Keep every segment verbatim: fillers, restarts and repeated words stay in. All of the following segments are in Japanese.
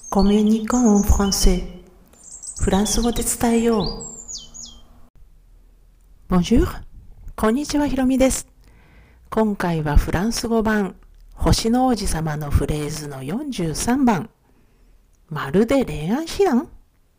コミュニコンフランセフランス語で伝えよう。Bonjour、こんにちは、ひろみです。今回はフランス語版、星の王子様のフレーズのよんじゅうさんばん。まるで恋愛指南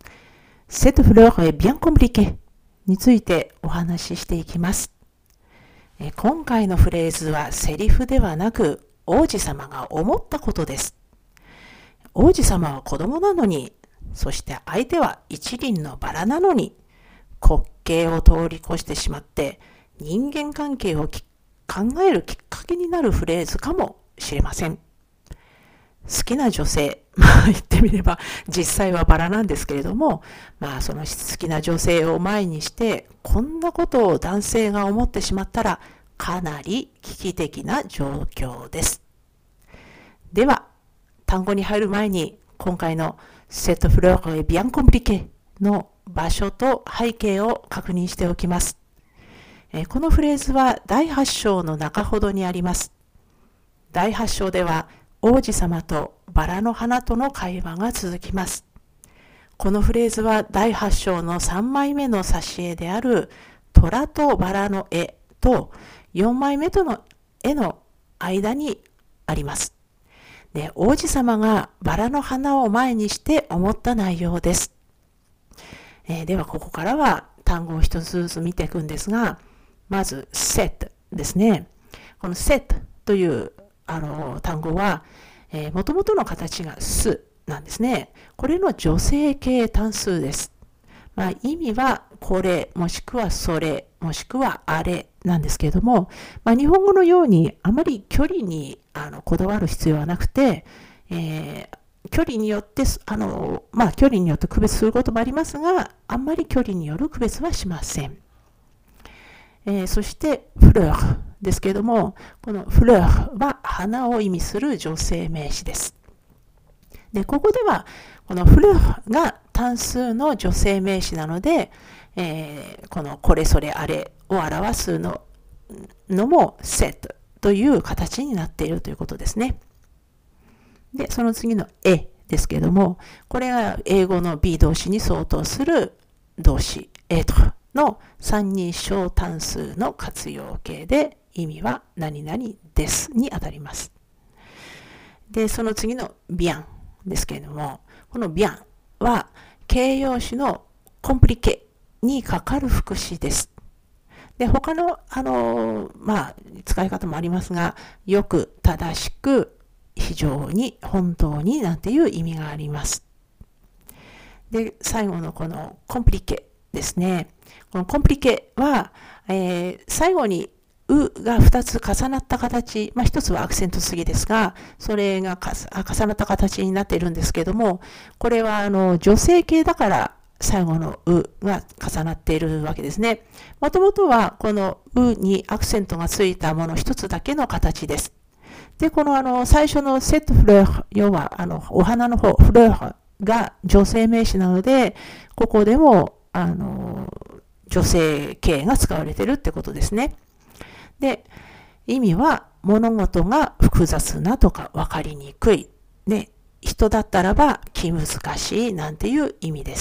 Cette fleur est bien compliquée についてお話ししていきます。え今回のフレーズはセリフではなく、王子様が思ったことです。王子様は子供なのに、そして相手は一輪のバラなのに、滑稽を通り越してしまって、人間関係を考えるきっかけになるフレーズかもしれません。好きな女性、まあ言ってみれば実際はバラなんですけれども、まあその好きな女性を前にして、こんなことを男性が思ってしまったら、かなり危機的な状況です。では、単語に入る前に、今回の Cette fleur est bien compliquée の場所と背景を確認しておきます。えこのフレーズはだいはち章の中ほどにあります。だいはち章では王子様とバラの花との会話が続きます。このフレーズはだいはち章のさんまいめの挿絵である虎とバラの絵とよんまいめとの絵の間にあります。で、王子様がバラの花を前にして思った内容です。えー、ではここからは単語を一つずつ見ていくんですが、まず set ですね。この set というあの単語は、えー、元々の形がすなんですね。これの女性系単数です。まあ、意味はこれ、もしくはそれ、もしくはあれなんですけれども、まあ、日本語のようにあまり距離にあのこだわる必要はなくて、えー、距離によってあの、まあ、距離によって区別することもありますが、あんまり距離による区別はしません。えー、そしてフレーですけれども、このフレーは花を意味する女性名詞です。で、ここではこのフレーが単数の女性名詞なので、えー、このこれそれあれを表すの、のも set という形になっているということですね。で、その次の a ですけれども、これが英語の be 動詞に相当する動詞 être の三人称単数の活用形で、意味は何々ですにあたります。で、その次の bien ですけれども、この bien は形容詞のコンプリケにかかる副詞です。で、他の、あの、まあ、使い方もありますが、よく、正しく、非常に、本当になんていう意味があります。で、最後のこのコンプリケですね。このコンプリケは、えー、最後にうがふたつ重なった形、まあ、ひとつはアクセントすぎですが、それが重なった形になっているんですけれども、これはあの女性形だから最後のうが重なっているわけですね。もともとはこのうにアクセントがついたもの一つだけの形です。で、このあの最初のセットフレー、要はあのお花の方、フレーが女性名詞なので、ここでもあの女性形が使われているってことですね。で、意味は物事が複雑なとか分かりにくい。で、人だったらば気難しいなんていう意味です。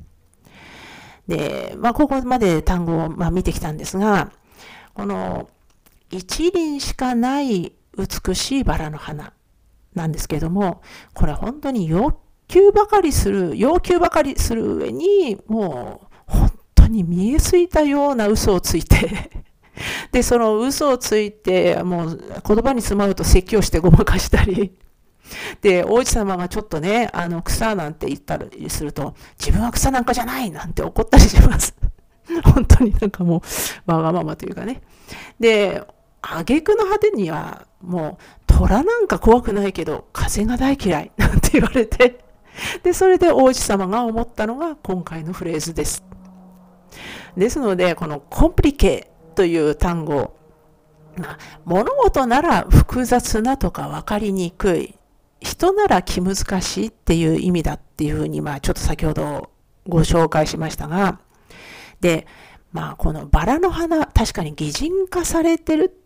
で、まあ、ここまで単語をまあ見てきたんですが、この一輪しかない美しいバラの花なんですけれども、これ本当に要求ばかりする、要求ばかりする上に、もう本当に見えすいたような嘘をついて、で、その嘘をついて、もう言葉に詰まると説教してごまかしたり、で、王子様がちょっとね、あの、草なんて言ったりすると、自分は草なんかじゃないなんて怒ったりします。本当になんかもう、わがままというかね。で、挙句の果てには、もう、虎なんか怖くないけど、風が大嫌いなんて言われて、で、それで王子様が思ったのが今回のフレーズです。ですので、このコンプリケという単語、まあ、物事なら複雑なとか分かりにくい、人なら気難しいっていう意味だっていうふうに、まあちょっと先ほどご紹介しましたが、で、まあこのバラの花、確かに擬人化されてる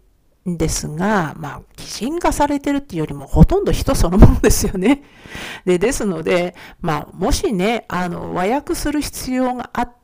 ですが、まあ、擬人化されてるっていうよりもほとんど人そのものですよね。で、ですので、まあ、もしね、あの、和訳する必要があって、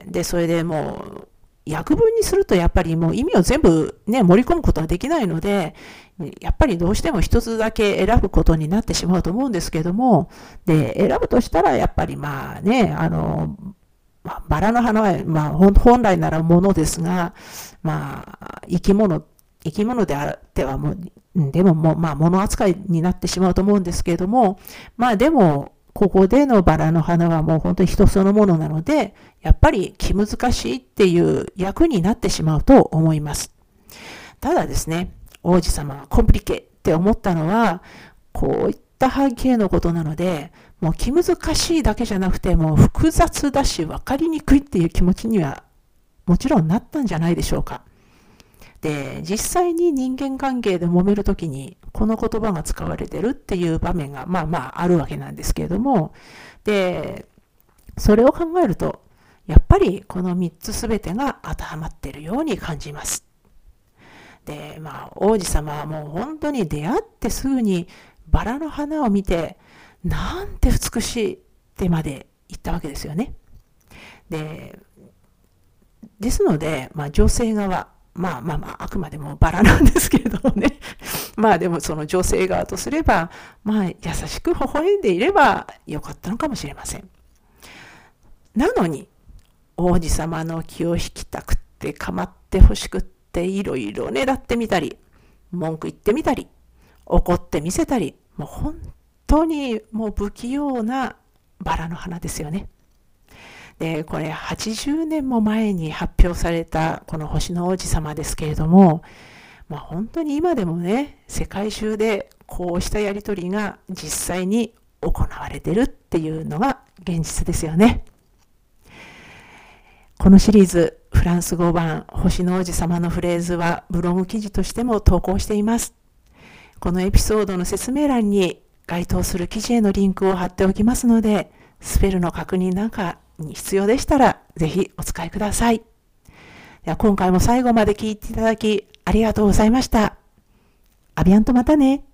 で、それでもう、訳文にするとやっぱりもう意味を全部ね、盛り込むことはできないので、やっぱりどうしても一つだけ選ぶことになってしまうと思うんですけども、で、選ぶとしたらやっぱりまあね、あの、まあ、バラの花は、まあ、本来ならものですが、まあ、生き物、生き物であってはもう、でももう、まあ、物扱いになってしまうと思うんですけれども、まあでも、ここでのバラの花はもう本当に人そのものなので、やっぱり気難しいっていう役になってしまうと思います。ただですね、王子様はコンプリケって思ったのは、こういった背景のことなので、もう気難しいだけじゃなくて、もう複雑だし分かりにくいっていう気持ちにはもちろんなったんじゃないでしょうか。で、実際に人間関係で揉めるときにこの言葉が使われてるっていう場面がまあまああるわけなんですけれども、で、それを考えると、やっぱりこのみっつすべてが当てはまっているように感じます。で、まあ王子様はもう本当に出会ってすぐにバラの花を見て、なんて美しいってまで言ったわけですよね。で、ですので、まあ女性側、まあまあまあ、あくまでもバラなんですけれどもね。まあでもその女性側とすれば、まあ優しく微笑んでいればよかったのかもしれません。なのに、王子様の気を引きたくって構ってほしくっていろいろねだってみたり、文句言ってみたり、怒ってみせたり、もう本当にもう不器用なバラの花ですよね。で、これはちじゅうねんも前に発表されたこの星の王子様ですけれども、まあ、本当に今でもね、世界中でこうしたやりとりが実際に行われてるっていうのが現実ですよね。このシリーズ、フランス語版星の王子様のフレーズはブログ記事としても投稿しています。このエピソードの説明欄に該当する記事へのリンクを貼っておきますので、スペルの確認なんかに必要でしたら、ぜひお使いください。では今回も最後まで聞いていただきありがとうございました。アビアンとまたね。